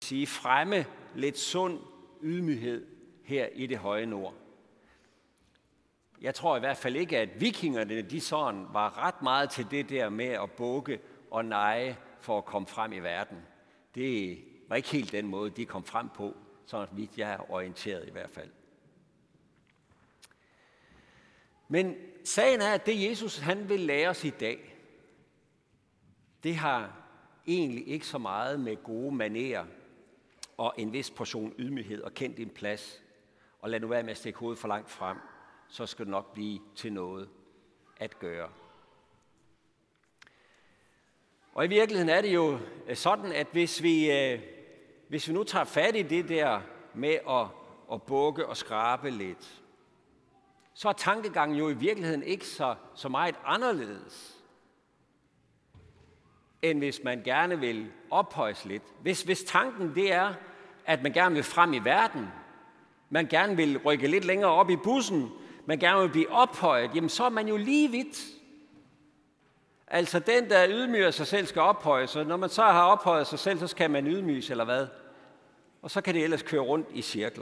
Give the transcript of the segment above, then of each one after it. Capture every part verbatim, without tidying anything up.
sige, fremme lidt sund ydmyghed her i det høje nord. Jeg tror i hvert fald ikke, at vikingerne de sådan var ret meget til det der med at bukke og neje for at komme frem i verden. Det var ikke helt den måde, de kom frem på, så vidt jeg er orienteret i hvert fald. Men sagen er, at det Jesus han vil lære os i dag, det har egentlig ikke så meget med gode manerer og en vis portion ydmyghed og kend din plads, og lad nu være med at stikke hovedet for langt frem, så skal det nok blive til noget at gøre. Og i virkeligheden er det jo sådan, at hvis vi, hvis vi nu tager fat i det der med at, at bukke og skrabe lidt, så er tankegangen jo i virkeligheden ikke så, så meget anderledes, end hvis man gerne vil ophøjes lidt. Hvis, hvis tanken det er, at man gerne vil frem i verden, man gerne vil rykke lidt længere op i bussen, man gerne vil blive ophøjet, jamen så er man jo lige vidt. Altså den, der ydmyger sig selv, skal ophøjes, og når man så har ophøjet sig selv, så skal man ydmyges, eller hvad? Og så kan det ellers køre rundt i cirkler.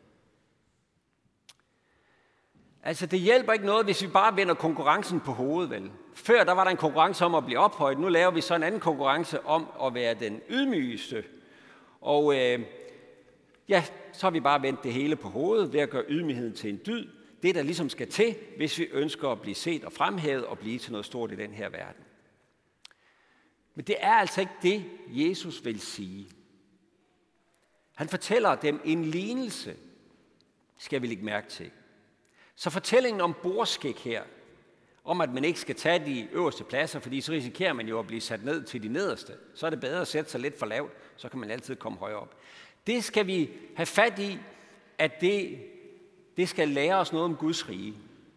Altså det hjælper ikke noget, hvis vi bare vender konkurrencen på hovedet, vel? Før der var der en konkurrence om at blive ophøjet, nu laver vi så en anden konkurrence om at være den ydmygeste. Og øh, ja, så har vi bare vendt det hele på hovedet ved at gøre ydmygheden til en dyd. Det, der ligesom skal til, hvis vi ønsker at blive set og fremhævet og blive til noget stort i den her verden. Men det er altså ikke det, Jesus vil sige. Han fortæller dem en lignelse, skal vi lægge mærke til. Så fortællingen om bordskik her, om at man ikke skal tage de øverste pladser, fordi så risikerer man jo at blive sat ned til de nederste. Så er det bedre at sætte sig lidt for lavt, så kan man altid komme højere op. Det skal vi have fat i, at det, det skal lære os noget om Guds rige.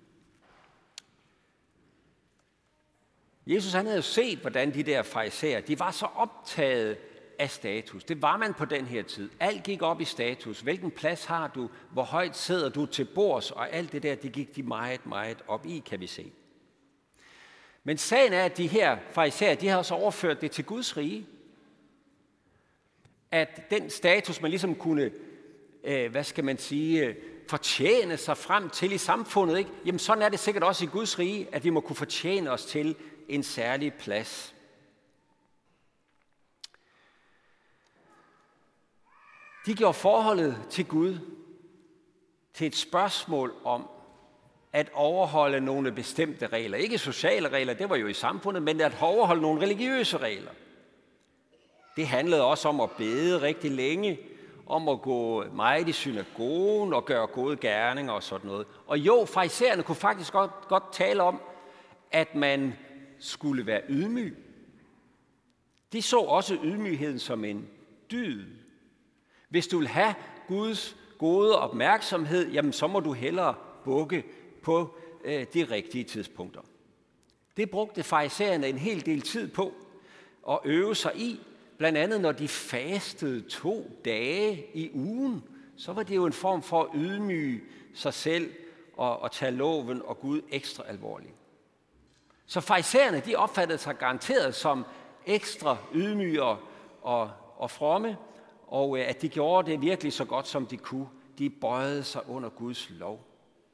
Jesus han havde jo set, hvordan de der farisæer, de var så optaget af status. Det var man på den her tid. Alt gik op i status. Hvilken plads har du? Hvor højt sidder du til bords? Og alt det der, det gik de meget, meget op i, kan vi se. Men sagen er, at de her farisæer, de har også overført det til Guds rige. At den status, man ligesom kunne, øh, hvad skal man sige, fortjene sig frem til i samfundet, ikke? Jamen sådan er det sikkert også i Guds rige, at vi må kunne fortjene os til en særlig plads. De gjorde forholdet til Gud til et spørgsmål om at overholde nogle bestemte regler. Ikke sociale regler, det var jo i samfundet, men at overholde nogle religiøse regler. Det handlede også om at bede rigtig længe, om at gå meget i synagogen og gøre gode gerninger og sådan noget. Og jo, farisæerne kunne faktisk godt, godt tale om, at man skulle være ydmyg. De så også ydmygheden som en dyd. Hvis du vil have Guds gode opmærksomhed, jamen så må du hellere bukke på øh, de rigtige tidspunkter. Det brugte farisæerne en hel del tid på at øve sig i. Blandt andet når de fastede to dage i ugen, så var det jo en form for at ydmyge sig selv og, og tage loven og Gud ekstra alvorligt. Så farisæerne, de opfattede sig garanteret som ekstra ydmyge og, og fromme, og at de gjorde det virkelig så godt, som de kunne. De bøjede sig under Guds lov.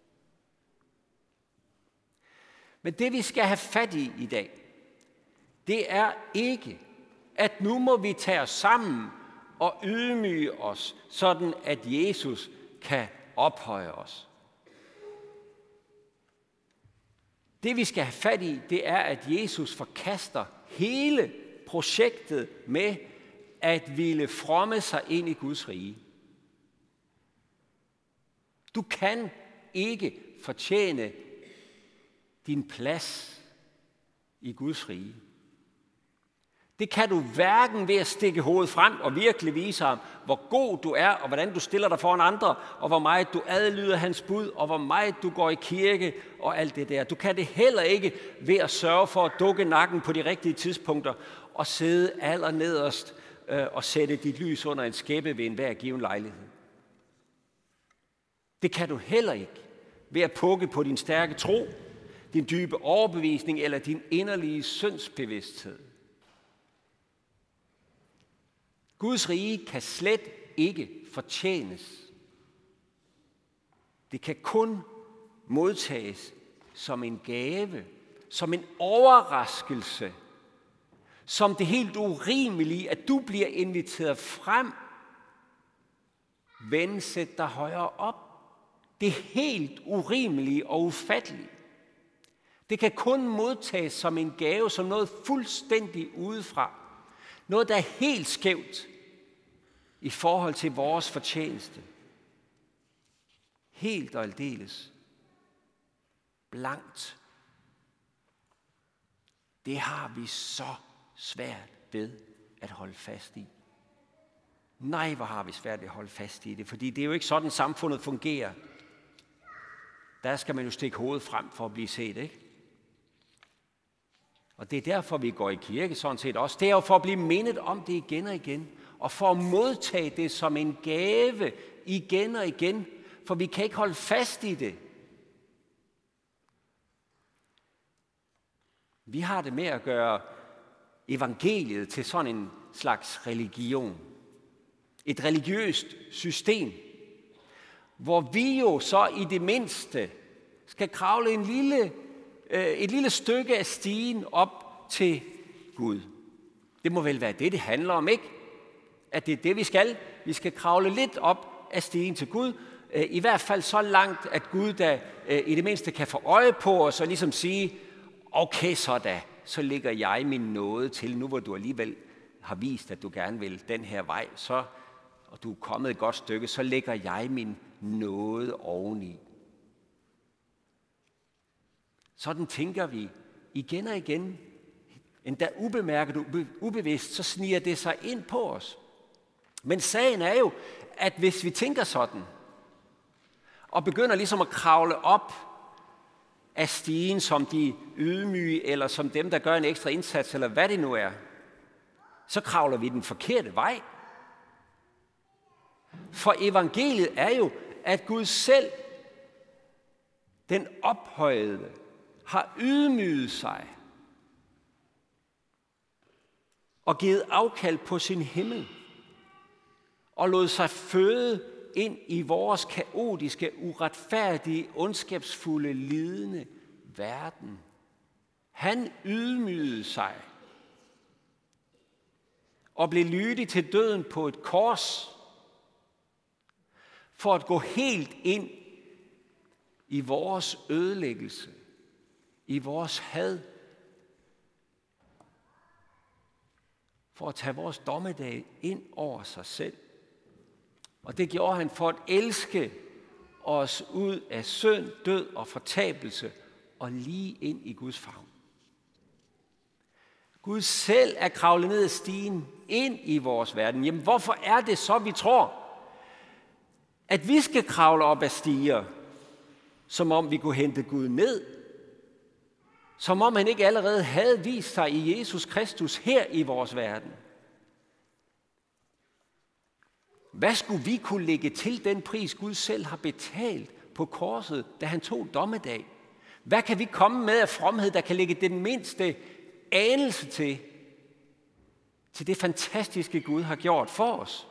Men det, vi skal have fat i i dag, det er ikke, at nu må vi tage os sammen og ydmyge os, sådan at Jesus kan ophøje os. Det, vi skal have fat i, det er, at Jesus forkaster hele projektet med at ville fromme sig ind i Guds rige. Du kan ikke fortjene din plads i Guds rige. Det kan du hverken ved at stikke hovedet frem og virkelig vise ham, hvor god du er, og hvordan du stiller dig foran andre, og hvor meget du adlyder hans bud, og hvor meget du går i kirke, og alt det der. Du kan det heller ikke ved at sørge for at dukke nakken på de rigtige tidspunkter, og sidde allernederst øh, og sætte dit lys under en skæppe ved enhver given lejlighed. Det kan du heller ikke ved at pukke på din stærke tro, din dybe overbevisning eller din inderlige syndsbevidsthed. Guds rige kan slet ikke fortjenes. Det kan kun modtages som en gave, som en overraskelse, som det helt urimelige, at du bliver inviteret frem. Ven, sæt dig højere op. Det helt urimelige og ufattelige. Det kan kun modtages som en gave, som noget fuldstændig udefra. Noget, der er helt skævt i forhold til vores fortjeneste. Helt og aldeles blankt. Det har vi så svært ved at holde fast i. Nej, hvor har vi svært ved at holde fast i det, fordi det er jo ikke sådan, samfundet fungerer. Der skal man jo stikke hovedet frem for at blive set, ikke? Og det er derfor, vi går i kirke sådan set også. Det er jo for at blive mindet om det igen og igen, og for at modtage det som en gave igen og igen, for vi kan ikke holde fast i det. Vi har det med at gøre evangeliet til sådan en slags religion. Et religiøst system, hvor vi jo så i det mindste skal kravle en lille, øh, et lille stykke af stigen op til Gud. Det må vel være det, det handler om, ikke? At det er det, vi skal. Vi skal kravle lidt op af stigen til Gud. Øh, I hvert fald så langt, at Gud da øh, i det mindste kan få øje på os og ligesom sige, okay, så da, så lægger jeg min nåde til, nu hvor du alligevel har vist, at du gerne vil den her vej, så, og du er kommet et godt stykke, så lægger jeg min nåde oveni. Sådan tænker vi igen og igen. Endda ubemærket og ubevidst, så sniger det sig ind på os. Men sagen er jo, at hvis vi tænker sådan, og begynder ligesom at kravle op af stigen som de ydmyge, eller som dem, der gør en ekstra indsats, eller hvad det nu er, så kravler vi den forkerte vej. For evangeliet er jo, at Gud selv, den ophøjede, har ydmyget sig og givet afkald på sin himmel og lod sig føde ind i vores kaotiske, uretfærdige, ondskabsfulde, lidende verden. Han ydmygede sig og blev lydig til døden på et kors for at gå helt ind i vores ødelæggelse, i vores had, for at tage vores dommedag ind over sig selv. Og det gjorde han for at elske os ud af synd, død og fortabelse og lige ind i Guds favn. Gud selv er kravlet ned ad stigen ind i vores verden. Jamen hvorfor er det så, vi tror, at vi skal kravle op ad stiger, som om vi kunne hente Gud ned? Som om han ikke allerede havde vist sig i Jesus Kristus her i vores verden. Hvad skulle vi kunne lægge til den pris, Gud selv har betalt på korset, da han tog dommedag? Hvad kan vi komme med af fromhed, der kan lægge den mindste anelse til, til det fantastiske Gud har gjort for os?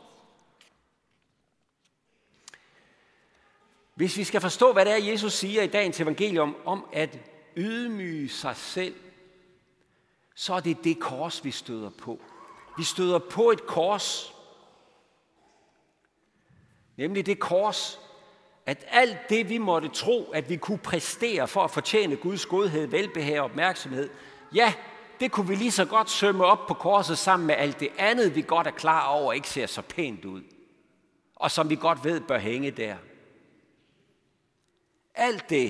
Hvis vi skal forstå, hvad det er, Jesus siger i dagens evangelium om at ydmyge sig selv, så er det det kors, vi støder på. Vi støder på et kors, nemlig det kors, at alt det, vi måtte tro, at vi kunne præstere for at fortjene Guds godhed, velbehag og opmærksomhed, ja, det kunne vi lige så godt sømme op på korset sammen med alt det andet, vi godt er klar over, ikke ser så pænt ud, og som vi godt ved bør hænge der. Alt det,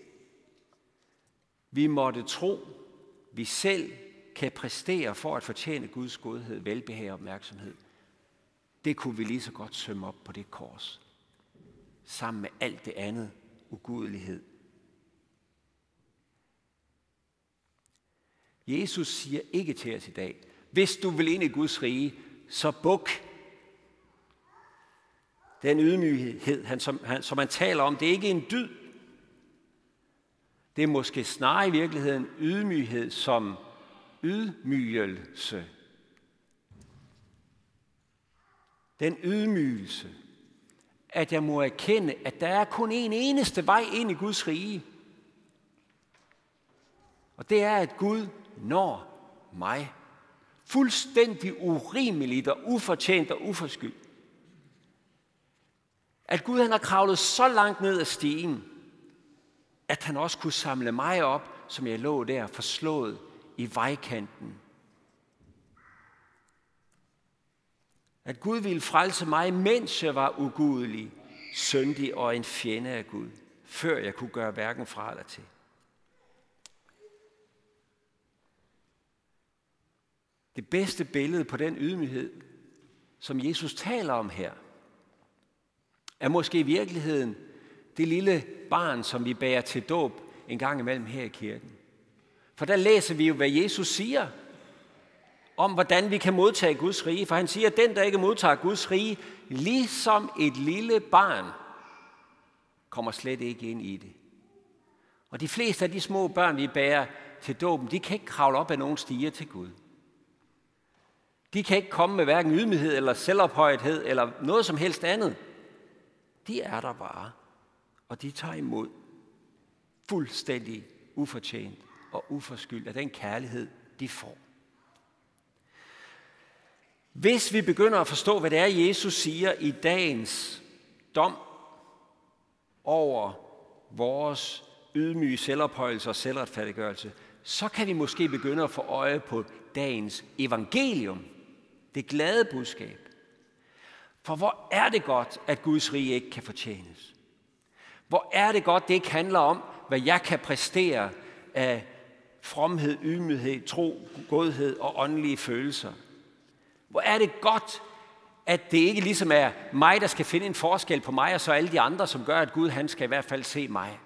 vi måtte tro, vi selv kan præstere for at fortjene Guds godhed, velbehag og opmærksomhed, det kunne vi lige så godt sømme op på det kors, sammen med alt det andet ugudelighed. Jesus siger ikke til os i dag, hvis du vil ind i Guds rige, så buk. Den ydmyghed, han, som, han, som han taler om, det er ikke en dyd. Det er måske snarere i virkeligheden ydmyghed som ydmygelse. Den ydmygelse, at jeg må erkende, at der er kun en eneste vej ind i Guds rige. Og det er, at Gud når mig. Fuldstændig urimeligt og ufortjent og uforskyldt. At Gud han har kravlet så langt ned ad stigen, at han også kunne samle mig op, som jeg lå der forslået i vejkanten. At Gud ville frelse mig, mens jeg var ugudelig, syndig og en fjende af Gud, før jeg kunne gøre hverken fra eller til. Det bedste billede på den ydmyghed, som Jesus taler om her, er måske i virkeligheden det lille barn, som vi bærer til dåb en gang imellem her i kirken. For der læser vi jo, hvad Jesus siger om, hvordan vi kan modtage Guds rige. For han siger, at den, der ikke modtager Guds rige, ligesom et lille barn, kommer slet ikke ind i det. Og de fleste af de små børn, vi bærer til dåben, de kan ikke kravle op af nogen stiger til Gud. De kan ikke komme med hverken ydmyghed eller selvophøjethed eller noget som helst andet. De er der bare, og de tager imod fuldstændig ufortjent og uforskyldt af den kærlighed, de får. Hvis vi begynder at forstå, hvad det er, Jesus siger i dagens dom over vores ydmyge selvophøjelse og selvretfærdiggørelse, så kan vi måske begynde at få øje på dagens evangelium, det glade budskab. For hvor er det godt, at Guds rige ikke kan fortjenes? Hvor er det godt, det ikke handler om, hvad jeg kan præstere af fromhed, ydmyghed, tro, godhed og åndelige følelser. Hvor er det godt, at det ikke ligesom er mig, der skal finde en forskel på mig, og så alle de andre, som gør, at Gud han skal i hvert fald se mig.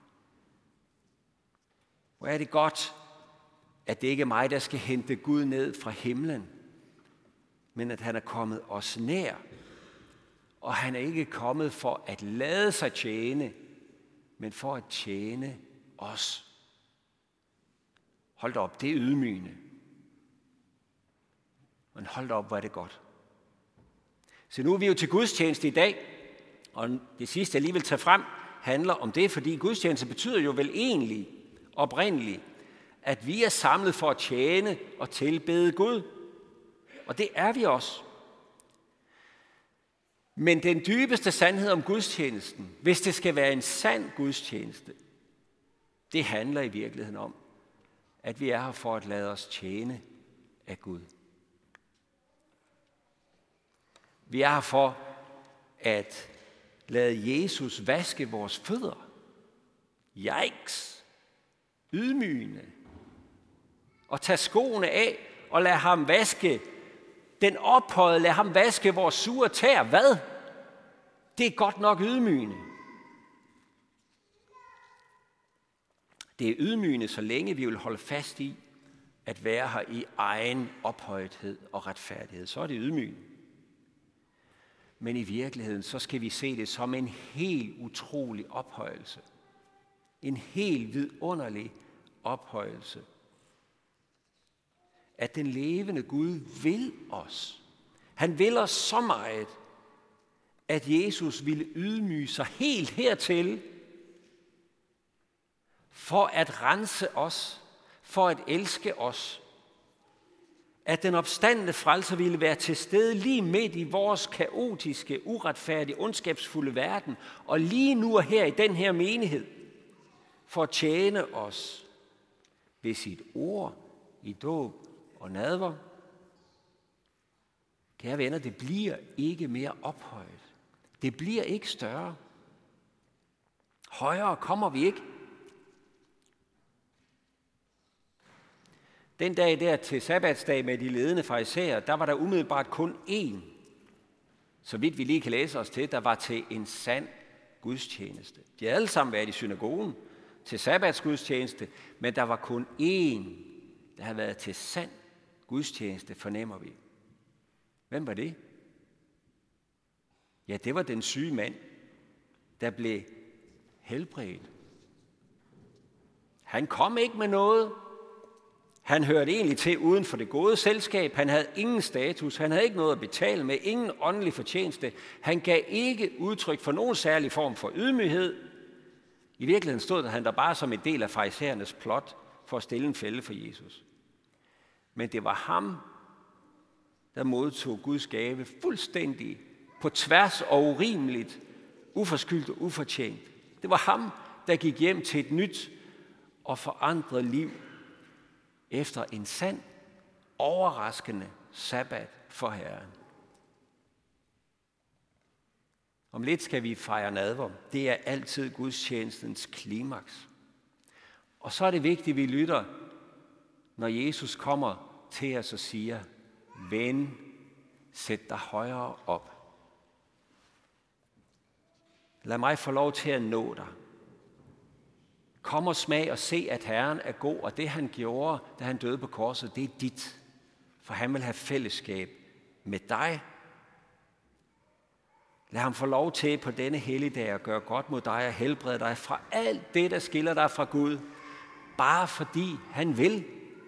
Hvor er det godt, at det ikke er mig, der skal hente Gud ned fra himlen, men at han er kommet os nær. Og han er ikke kommet for at lade sig tjene, men for at tjene os. Hold da op, det er ydmygende. Men hold da op, hvor er det godt. Så nu er vi jo til gudstjeneste i dag, og det sidste, jeg lige vil tage frem, handler om det, fordi gudstjeneste betyder jo vel egentlig, oprindeligt, at vi er samlet for at tjene og tilbede Gud. Og det er vi også. Men den dybeste sandhed om gudstjenesten, hvis det skal være en sand gudstjeneste, det handler i virkeligheden om, at vi er her for at lade os tjene af Gud. Vi er her for at lade Jesus vaske vores fødder. Yikes! Ydmygende. Og tage skoene af og lade ham vaske den ophøjede, lad ham vaske vores sure tær. Hvad? Det er godt nok ydmygende. Det er ydmygende, så længe vi vil holde fast i at være her i egen ophøjethed og retfærdighed. Så er det ydmygende. Men i virkeligheden, så skal vi se det som en helt utrolig ophøjelse. En helt vidunderlig ophøjelse. At den levende Gud vil os. Han vil os så meget, at Jesus ville ydmyge sig helt hertil, for at rense os, for at elske os. At den opstandne frelser ville være til stede lige midt i vores kaotiske, uretfærdige, ondskabsfulde verden, og lige nu og her i den her menighed, for at tjene os ved sit ord i dåb og nadver. Kære venner, det bliver ikke mere ophøjet. Det bliver ikke større. Højere kommer vi ikke. Den dag der til sabbatsdag med de ledende farisæer, der var der umiddelbart kun én, så vidt vi lige kan læse os til, der var til en sand gudstjeneste. De havde alle sammen været i synagogen til sabbatsgudstjeneste, men der var kun én, der havde været til sand gudstjeneste, fornemmer vi. Hvem var det? Ja, det var den syge mand, der blev helbredt. Han kom ikke med noget. Han hørte egentlig til uden for det gode selskab. Han havde ingen status. Han havde ikke noget at betale med. Ingen åndelig fortjeneste. Han gav ikke udtryk for nogen særlig form for ydmyghed. I virkeligheden stod han der bare som en del af farisæernes plot for at stille en fælde for Jesus. Men det var ham, der modtog Guds gave fuldstændig på tværs og urimeligt, uforskyldt og ufortjent. Det var ham, der gik hjem til et nyt og forandret liv efter en sand, overraskende sabbat for Herren. Om lidt skal vi fejre nadver. Det er altid gudstjenestens klimaks. Og så er det vigtigt, at vi lytter, når Jesus kommer til os og siger, ven, sæt dig højere op. Lad mig få lov til at nå dig. Kom og smag og se, at Herren er god, og det han gjorde, da han døde på korset, det er dit. For han vil have fællesskab med dig. Lad ham få lov til på denne helligdag at gøre godt mod dig og helbrede dig fra alt det, der skiller dig fra Gud. Bare fordi han vil.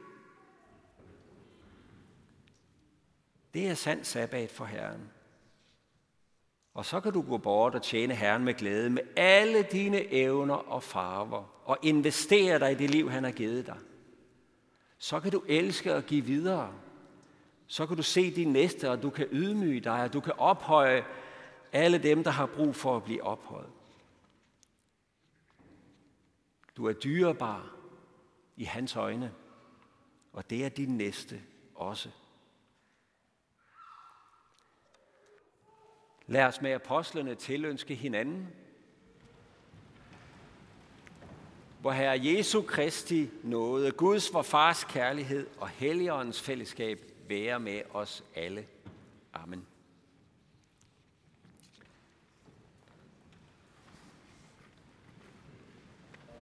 Det er sand sabbat for Herren. Og så kan du gå bort og tjene Herren med glæde med alle dine evner og farver og investere dig i det liv, han har givet dig. Så kan du elske og give videre. Så kan du se din næste, og du kan ydmyge dig, og du kan ophøje alle dem, der har brug for at blive ophøjet. Du er dyrebar i hans øjne, og det er din næste også. Lad os med apostlene tilønske hinanden, hvor Herre Jesu Kristi nåde, Guds vor Fars kærlighed og Helligåndens fællesskab være med os alle. Amen.